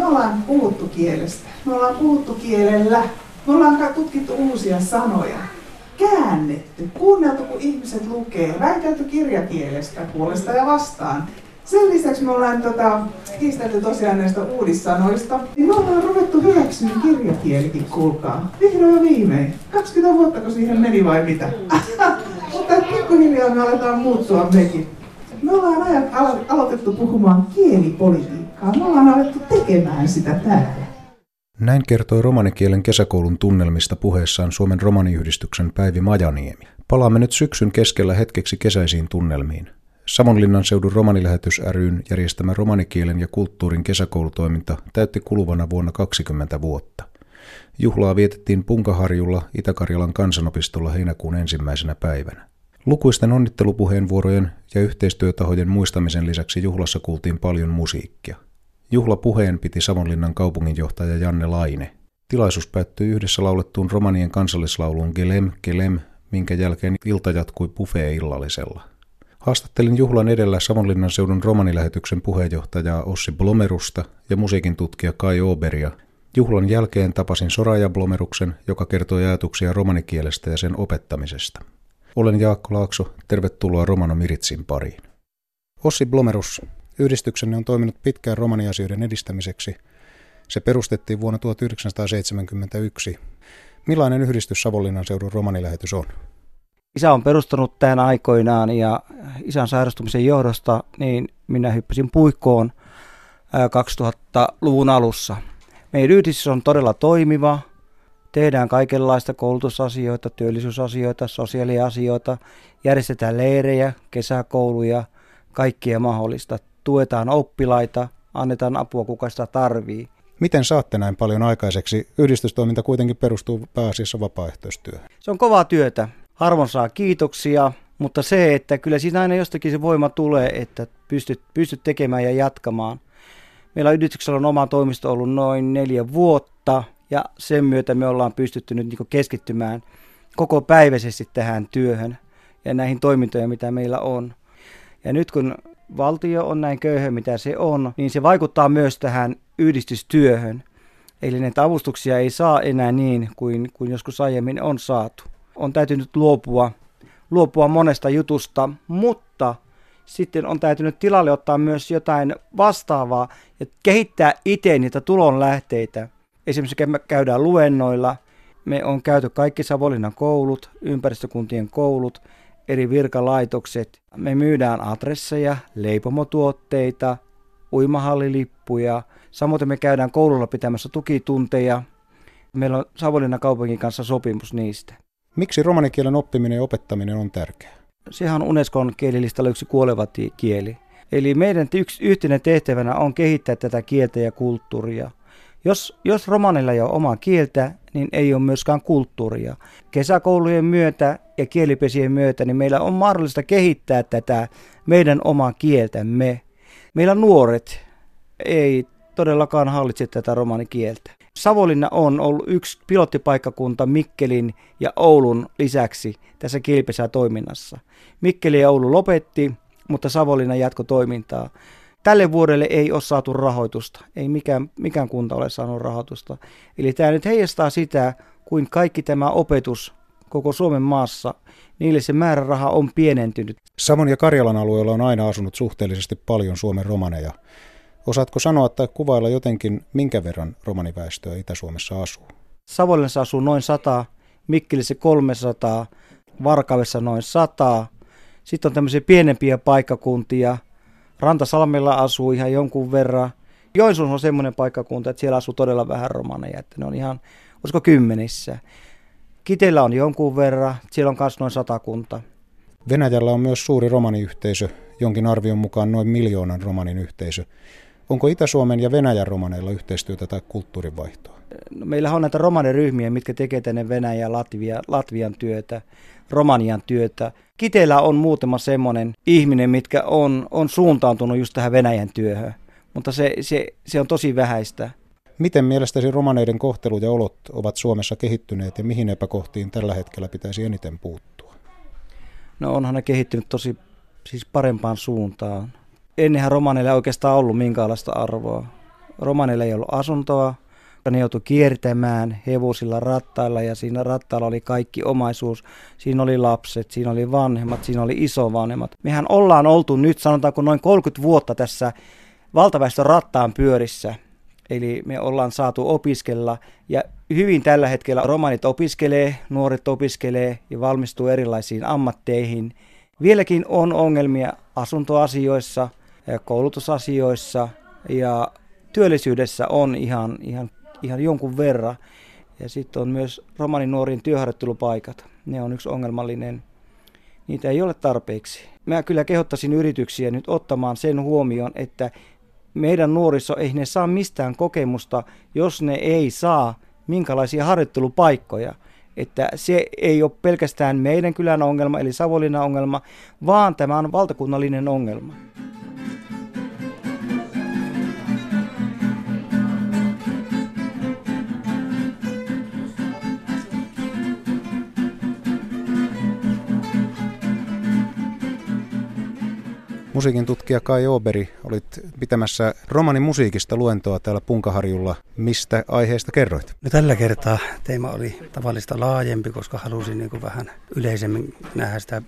ollaan puhuttu kielestä. Me ollaan puhuttu kielellä. Me ollaan tutkittu uusia sanoja. Käännetty, kuunneltu kun ihmiset lukee, väitelty kirjakielestä puolesta ja vastaan. Sen lisäksi me ollaan kiistelty tosiaan näistä uudissanoista, niin me ollaan ruvettu hyväksyä kirjakielikin, kuulkaa. Vihdoin ja viimein. 20 vuotta, kun siihen meni vai mitä? Mutta pikkuhiljaa me aletaan muuttua mekin. Me ollaan aloitettu puhumaan kielipolitiikkaa. Me ollaan alettu tekemään sitä täällä. Näin kertoi romanikielen kesäkoulun tunnelmista puheessaan Suomen romaniyhdistyksen Päivi Majaniemi. Palaamme nyt syksyn keskellä hetkeksi kesäisiin tunnelmiin. Savonlinnan seudun romanilähetys ry:n järjestämä romanikielen ja kulttuurin kesäkoulutoiminta täytti kuluvana vuonna 20 vuotta. Juhlaa vietettiin Punkaharjulla Itä-Karjalan kansanopistolla heinäkuun 1. päivänä. Lukuisten onnittelupuheenvuorojen ja yhteistyötahojen muistamisen lisäksi juhlassa kuultiin paljon musiikkia. Juhlapuheen piti Savonlinnan kaupunginjohtaja Janne Laine. Tilaisuus päättyi yhdessä laulettuun romanien kansallislauluun Gelem, Gelem, minkä jälkeen ilta jatkui buffet-illallisella. Haastattelin juhlan edellä Savonlinnan seudun romanilähetyksen puheenjohtajaa Ossi Blomerusta ja musiikin tutkija Kai Oberia. Juhlan jälkeen tapasin Soraya Blomeruksen, joka kertoi ajatuksia romanikielestä ja sen opettamisesta. Olen Jaakko Laakso, tervetuloa Romano Miritsin pariin. Ossi Blomerus, yhdistyksenne on toiminut pitkään romaniasioiden edistämiseksi. Se perustettiin vuonna 1971. Millainen yhdistys Savonlinnan seudun romanilähetys on? Isä on perustanut tämän aikoinaan ja isän sairastumisen johdosta niin minä hyppäsin puikkoon 2000-luvun alussa. Meidän yhdistys on todella toimiva. Tehdään kaikenlaista koulutusasioita, työllisyysasioita, sosiaaliasioita, järjestetään leirejä, kesäkouluja, kaikkia mahdollista. Tuetaan oppilaita, annetaan apua kuka sitä tarvii. Miten saatte näin paljon aikaiseksi? Yhdistystoiminta kuitenkin perustuu pääasiassa vapaaehtoistyöhön. Se on kovaa työtä. Harvoin saa kiitoksia, mutta se, että kyllä siinä aina jostakin se voima tulee, että pystyt tekemään ja jatkamaan. Meillä yhdistyksellä on oma toimisto ollut noin 4 vuotta ja sen myötä me ollaan pystytty nyt keskittymään koko päiväisesti tähän työhön ja näihin toimintoihin, mitä meillä on. Ja nyt kun valtio on näin köyhä, mitä se on, niin se vaikuttaa myös tähän yhdistystyöhön. Eli näitä avustuksia ei saa enää niin kuin joskus aiemmin on saatu. On täytynyt luopua monesta jutusta, mutta sitten on täytynyt tilalle ottaa myös jotain vastaavaa ja kehittää itse niitä tulonlähteitä. Esimerkiksi me käydään luennoilla, me on käyty kaikki Savonlinnan koulut, ympäristökuntien koulut, eri virkalaitokset. Me myydään adresseja, leipomotuotteita, uimahallilippuja. Samoin me käydään koululla pitämässä tukitunteja. Meillä on Savonlinnan kaupungin kanssa sopimus niistä. Miksi romanikielen oppiminen ja opettaminen on tärkeää? Sehän on Unescon kielilistalla yksi kuoleva kieli. Eli meidän yhteinen tehtävänä on kehittää tätä kieltä ja kulttuuria. Jos romanilla ei ole omaa kieltä, niin ei ole myöskään kulttuuria. Kesäkoulujen myötä ja kielipesien myötä niin meillä on mahdollista kehittää tätä meidän omaa kieltämme. Meillä nuoret ei todellakaan hallitse tätä romanikieltä. Savonlinna on ollut yksi pilottipaikkakunta Mikkelin ja Oulun lisäksi tässä kielipesätoiminnassa. Mikkeli ja Oulu lopetti, mutta Savonlinna jatkoi toimintaa. Tälle vuodelle ei ole saatu rahoitusta, ei mikään kunta ole saanut rahoitusta. Eli tämä nyt heijastaa sitä, kuin kaikki tämä opetus koko Suomen maassa, niille se määräraha on pienentynyt. Savon ja Karjalan alueella on aina asunut suhteellisesti paljon Suomen romaneja. Osaatko sanoa tai kuvailla jotenkin, minkä verran romaniväestöä Itä-Suomessa asuu? Savonlinnassa asuu noin 100, Mikkelissä 300, Varkaudessa noin 100. Sitten on tämmöisiä pienempiä paikkakuntia. Rantasalmella asuu ihan jonkun verran. Joensuussa on semmoinen paikkakunta, että siellä asuu todella vähän romaneja, että ne on ihan, olisiko 10. Kiteellä on jonkun verran, siellä on myös noin 100 kuntaa. Venäjällä on myös suuri romaniyhteisö, jonkin arvion mukaan noin 1 miljoonan romanin yhteisö. Onko Itä-Suomen ja Venäjän romaneilla yhteistyötä tai kulttuurivaihtoa? No, meillä on näitä romaniryhmiä, mitkä tekee tänne Venäjä ja Latvian työtä, Romanian työtä. Kiteellä on muutama semmoinen ihminen, mitkä on suuntaantunut just tähän Venäjän työhön, mutta se on tosi vähäistä. Miten mielestäsi romaneiden kohtelu ja olot ovat Suomessa kehittyneet ja mihin epäkohtiin tällä hetkellä pitäisi eniten puuttua? No onhan ne kehittynyt tosi parempaan suuntaan. Ennenhän romaneilla ei oikeastaan ollut minkäänlaista arvoa. romaneilla ei ollut asuntoa. Ne joutui kiertämään hevosilla rattailla ja siinä rattailla oli kaikki omaisuus. Siinä oli lapset, siinä oli vanhemmat, siinä oli isovanhemmat. Mehän ollaan oltu nyt sanotaanko noin 30 vuotta tässä valtaväestön rattaan pyörissä. Eli me ollaan saatu opiskella ja hyvin tällä hetkellä romanit opiskelee, nuoret opiskelee ja valmistuu erilaisiin ammatteihin. Vieläkin on ongelmia asuntoasioissa, koulutusasioissa ja työllisyydessä on ihan jonkun verran. Ja sitten on myös romaninuorien työharjoittelupaikat. Ne on yksi ongelmallinen. Niitä ei ole tarpeeksi. Mä kyllä kehottaisin yrityksiä nyt ottamaan sen huomioon, että meidän nuoriso ei ne saa mistään kokemusta, jos ne ei saa minkälaisia harjoittelupaikkoja. Että se ei ole pelkästään meidän kylän ongelma, eli Savonlinnan ongelma, vaan tämä on valtakunnallinen ongelma. Musiikin tutkija Kai Åberg, olit pitämässä romanimusiikista luentoa täällä Punkaharjulla. Mistä aiheesta kerroit? No, tällä kertaa teema oli tavallista laajempi, koska halusin niin kuin vähän yleisemmin nähdä sitä.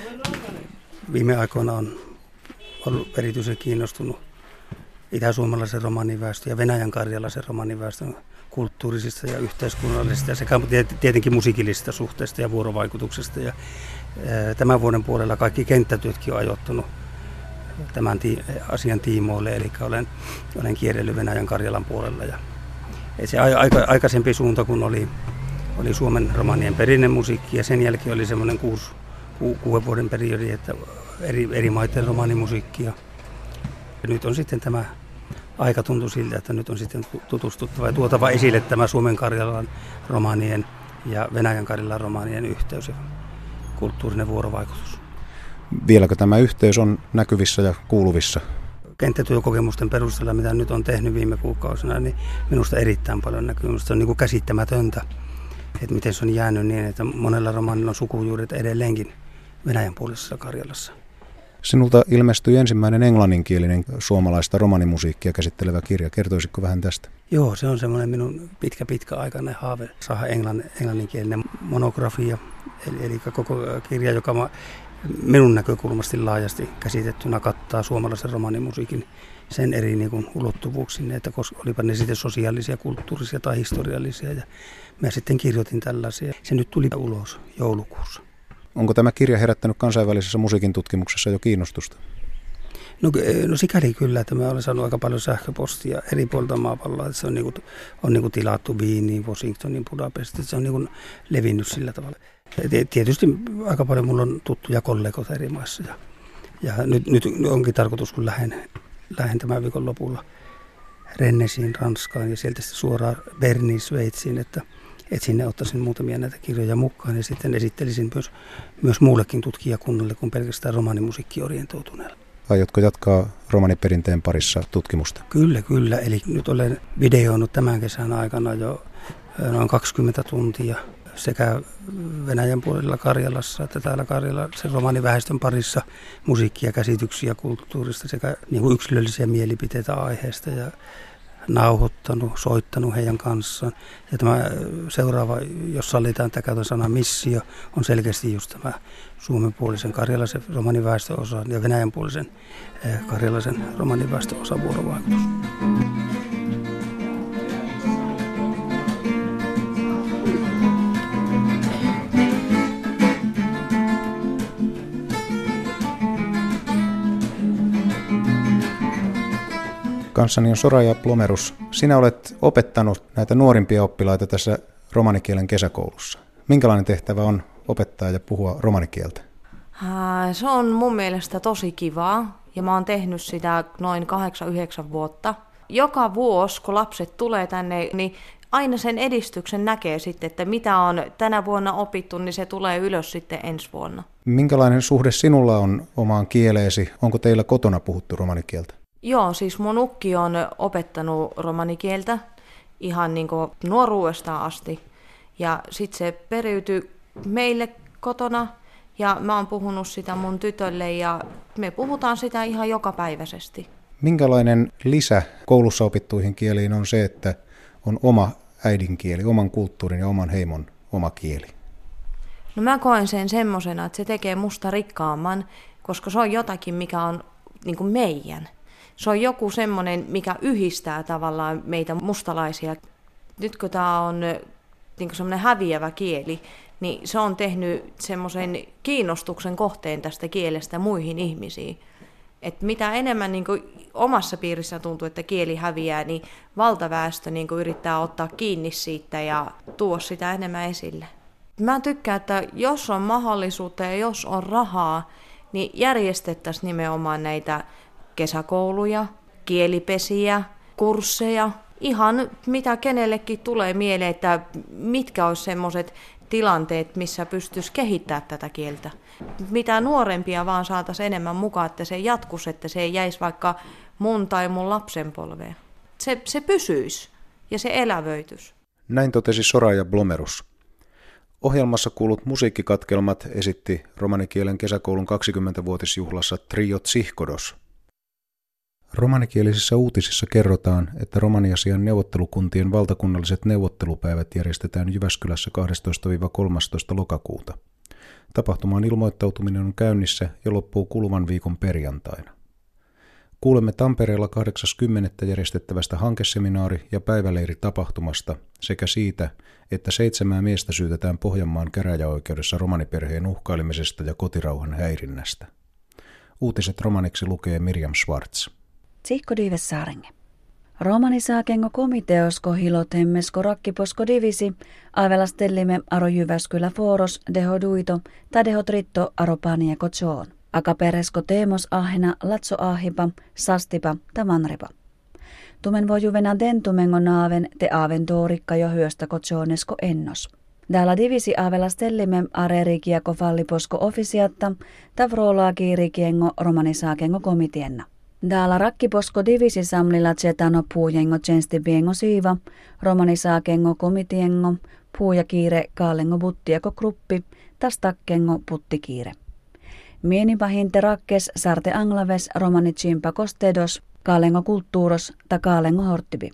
Viime aikoina on ollut erityisen kiinnostunut itäsuomalaisen romaniväestön ja Venäjän karjalaisen romaniväestön kulttuurisista ja yhteiskunnallisista sekä tietenkin musiikillisista suhteista ja vuorovaikutuksesta. Ja tämän vuoden puolella kaikki kenttätyötkin on ajoittunut tämän asian tiimoille, eli olen kierrellyt Venäjän Karjalan puolella. Ja se aikaisempi suunta, kun oli Suomen romanien perinnemusiikki, ja sen jälkeen oli semmoinen 6 vuoden periodi, että eri maiden romanimusiikkia. Ja nyt on sitten tämä aika tuntui siltä, että nyt on sitten tutustuttava ja tuotava esille tämä Suomen Karjalan romanien ja Venäjän Karjalan romanien yhteys ja kulttuurinen vuorovaikutus. Vieläkö tämä yhteys on näkyvissä ja kuuluvissa? Kenttätyökokemusten perusteella, mitä nyt on tehnyt viime kuukausina, niin minusta erittäin paljon näkyy. Minusta se on niin kuin käsittämätöntä, että miten se on jäänyt niin, että monella romanilla on sukujuuret edelleenkin Venäjän puolisessa Karjalassa. Sinulta ilmestyi ensimmäinen englanninkielinen suomalaista romanimusiikkia käsittelevä kirja. Kertoisitko vähän tästä? Joo, se on semmoinen minun pitkäaikainen haave saada englanninkielinen monografia, eli koko kirja, joka minun näkökulmasti laajasti käsitettynä kattaa suomalaisen romanimusiikin sen eri niin kuin ulottuvuuksin, että olipa ne sitten sosiaalisia, kulttuurisia tai historiallisia. Ja mä sitten kirjoitin tällaisia. Se nyt tuli ulos joulukuussa. Onko tämä kirja herättänyt kansainvälisessä musiikin tutkimuksessa jo kiinnostusta? No sikäli kyllä, että mä olen saanut aika paljon sähköpostia eri puolilta maapalloa, että se on niin kuin tilattu Wieniin, Washingtoniin, Budapestiin, se on niin kuin levinnyt sillä tavalla. Tietysti aika paljon mulla on tuttuja kollegoita eri maissa ja nyt onkin tarkoitus, kun lähden tämän viikon lopulla Rennesiin, Ranskaan ja sieltä suoraan Berniin, Sveitsiin, että sinne ottaisin muutamia näitä kirjoja mukaan ja sitten esittelisin myös muullekin tutkijakunnalle kuin pelkästään romanimusiikkiorientoituneella. Aiotko jatkaa romaniperinteen parissa tutkimusta? Kyllä. Eli nyt olen videoinut tämän kesän aikana jo noin 20 tuntia sekä Venäjän puolella Karjalassa että täällä Karjalaisen romaniväestön parissa musiikkia, käsityksiä kulttuurista sekä niin kuin yksilöllisiä mielipiteitä aiheesta ja soittanut heidän kanssaan. Ja tämä seuraava, jos sallitaan, että käytän sana missio, on selkeästi just tämä suomenpuolisen karjalaisen romaniväestön osa ja venäjänpuolisen karjalaisen romaniväestön osa vuorovaikutus. Kanssani on Soraya Plomerus. Sinä olet opettanut näitä nuorimpia oppilaita tässä romanikielen kesäkoulussa. Minkälainen tehtävä on opettaa ja puhua romanikieltä? Se on mun mielestä tosi kivaa ja mä oon tehnyt sitä noin 8-9 vuotta. Joka vuosi, kun lapset tulee tänne, niin aina sen edistyksen näkee sitten, että mitä on tänä vuonna opittu, niin se tulee ylös sitten ensi vuonna. Minkälainen suhde sinulla on omaan kieleesi? Onko teillä kotona puhuttu romanikieltä? Joo, siis mun ukki on opettanut romanikieltä ihan niin kuin nuoruudestaan asti. Ja sitten se periytyi meille kotona ja mä oon puhunut sitä mun tytölle ja me puhutaan sitä ihan jokapäiväisesti. Minkälainen lisä koulussa opittuihin kieliin on se, että on oma äidinkieli, oman kulttuurin ja oman heimon oma kieli? No mä koen sen semmosena, että se tekee musta rikkaamman, koska se on jotakin, mikä on niin kuin meidän. Se on joku semmoinen, mikä yhdistää tavallaan meitä mustalaisia. Nyt kun tämä on niin semmoinen häviävä kieli, niin se on tehnyt semmoisen kiinnostuksen kohteen tästä kielestä muihin ihmisiin. Et mitä enemmän niin kuin omassa piirissä tuntuu, että kieli häviää, niin valtaväestö niin kuin yrittää ottaa kiinni siitä ja tuoda sitä enemmän esille. Mä tykkään, että jos on mahdollisuutta ja jos on rahaa, niin järjestettäisiin nimenomaan näitä kesäkouluja, kielipesiä, kursseja. Ihan mitä kenellekin tulee mieleen, että mitkä olisi semmoiset tilanteet, missä pystyisi kehittämään tätä kieltä. Mitä nuorempia vaan saataisiin enemmän mukaan, että se jatkuisi, että se ei jäisi vaikka mun tai mun lapsen polveen. Se pysyisi ja se elävöityisi. Näin totesi Soraya Blomerus. Ohjelmassa kuulut musiikkikatkelmat esitti romanikielen kesäkoulun 20-vuotisjuhlassa Trio Tsihkodos. Romanikielisissä uutisissa kerrotaan, että romaniasian neuvottelukuntien valtakunnalliset neuvottelupäivät järjestetään Jyväskylässä 12-13 lokakuuta. Tapahtumaan ilmoittautuminen on käynnissä ja loppuu kuluvan viikon perjantaina. Kuulemme Tampereella 8.10. järjestettävästä hankeseminaari- ja päiväleiritapahtumasta sekä siitä, että 7 miestä syytetään Pohjanmaan käräjäoikeudessa romaniperheen uhkailemisesta ja kotirauhan häirinnästä. Uutiset romaniksi lukee Miriam Schwartz. Tsihko diives saarenge. Romanisaakengo komiteosko hilotemmesko rakkiposko divisi, aivelastellimme aro Jyväskylä foros deho duito tai deho tritto aro panieko tjoon. Akaperesko teemos ahena latso ahipa, sastipa ta vanripa. Tumen voi juvena dentumengo naaven te aaven toorikka jo hyöstäko tjoonesko ennos. Täällä divisi aivelastellimme arerikiako falliposko ofisiatta ta vrolaakiirikiengo romanisaakengo komitienna. Täällä rakkiposko divisi samlilla tsetano puujengo tjenstibiengo siiva, romanisaakengo komitiengo, puuja kiire kaalengo buttiako gruppi, tas takkengo puttikiire. Mienipahinte rakkes sarte anglaves romani chimpakos tedos, kaalengo kulttuuros ta kaalengo horttibi.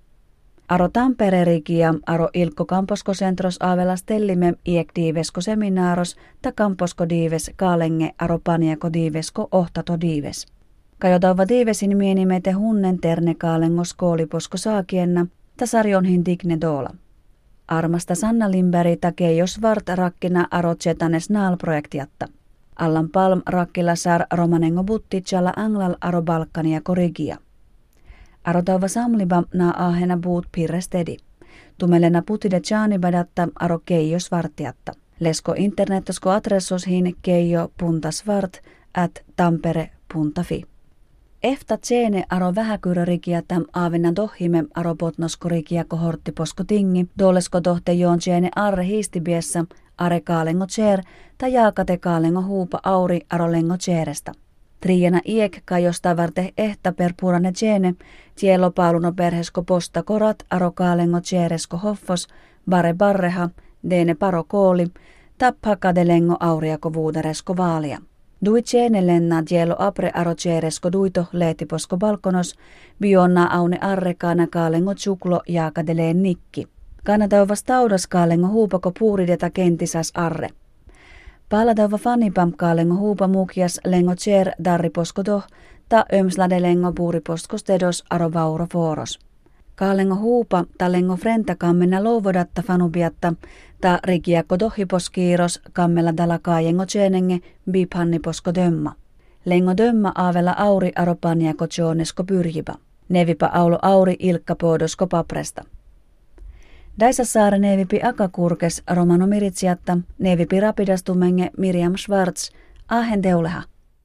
Aro Tampererikia, aro Ilkko Kamposko-sentros aavelas tellime iek diivesko seminaaros ta Kamposko diives kaalenge aro paniako diivesko ohtato diives. Kajotauva diivesin mienimete hunnen terne kaalengo skooliposko saakienna ta sarjonhin digne doola. Armasta Sanna Lindberg takee jos vart rakkina aro tsetanes naal-projektiatta. Allan Palm rakkila sar romanengo buttitsalla anglal aro Balkania korigia. Arotauva samliba na ahena buut pirrestedi. Tumelena putide tjaani badatta aro keijo svartiatta. Lesko internetosko adressoshin keijo.svart@tampere.fi. Efta tseene aro vähäkyrörikia tam aavena dohime aro potnoskorikia kohorttiposko tingi, dolesko tohte joon tseene arre hiistibiessä, are kaalengo tseer, ta jaakate kaalengo huupa auri aro lengo tseerestä. Triena iek kajosta varte ehta per purane tseene, tielo paaluno perhesko posta korat aro kaalengo tseeresko hoffos, bare barreha, deene paro kooli, tapha kadelengo auriako vuuderesko vaalia. Dui tseene lenna tielo apre aro tseeresko duito leetiposko balkonos, bionna aune arrekaana kaalengo tsuklo jaakadeleen nikki. Kannatauvas taudas kaalengo huupako puurideta kentisas arre. Paalatauva fanipam kaalengo huupa mukias lengo tseer darriposko toh, ta ömsladelengo puuriposkos tedos aro vauro foros. Kaalengo huupa ta lengo frenta kammena louvodatta fanubiatta, ta rikiakko tohiposkiiros kammella dalakaajengo tseenenge biphanniposko dömma. Lengo dömma aavella auri aro paniako tjoonesko pyrjipa. Nevipa aulo auri ilkka poodosko papresta. Daisassaare nevipi akakurkes romano miritsiatta, nevipi rapidastumenge Miriam Schwartz, ahen teuleha.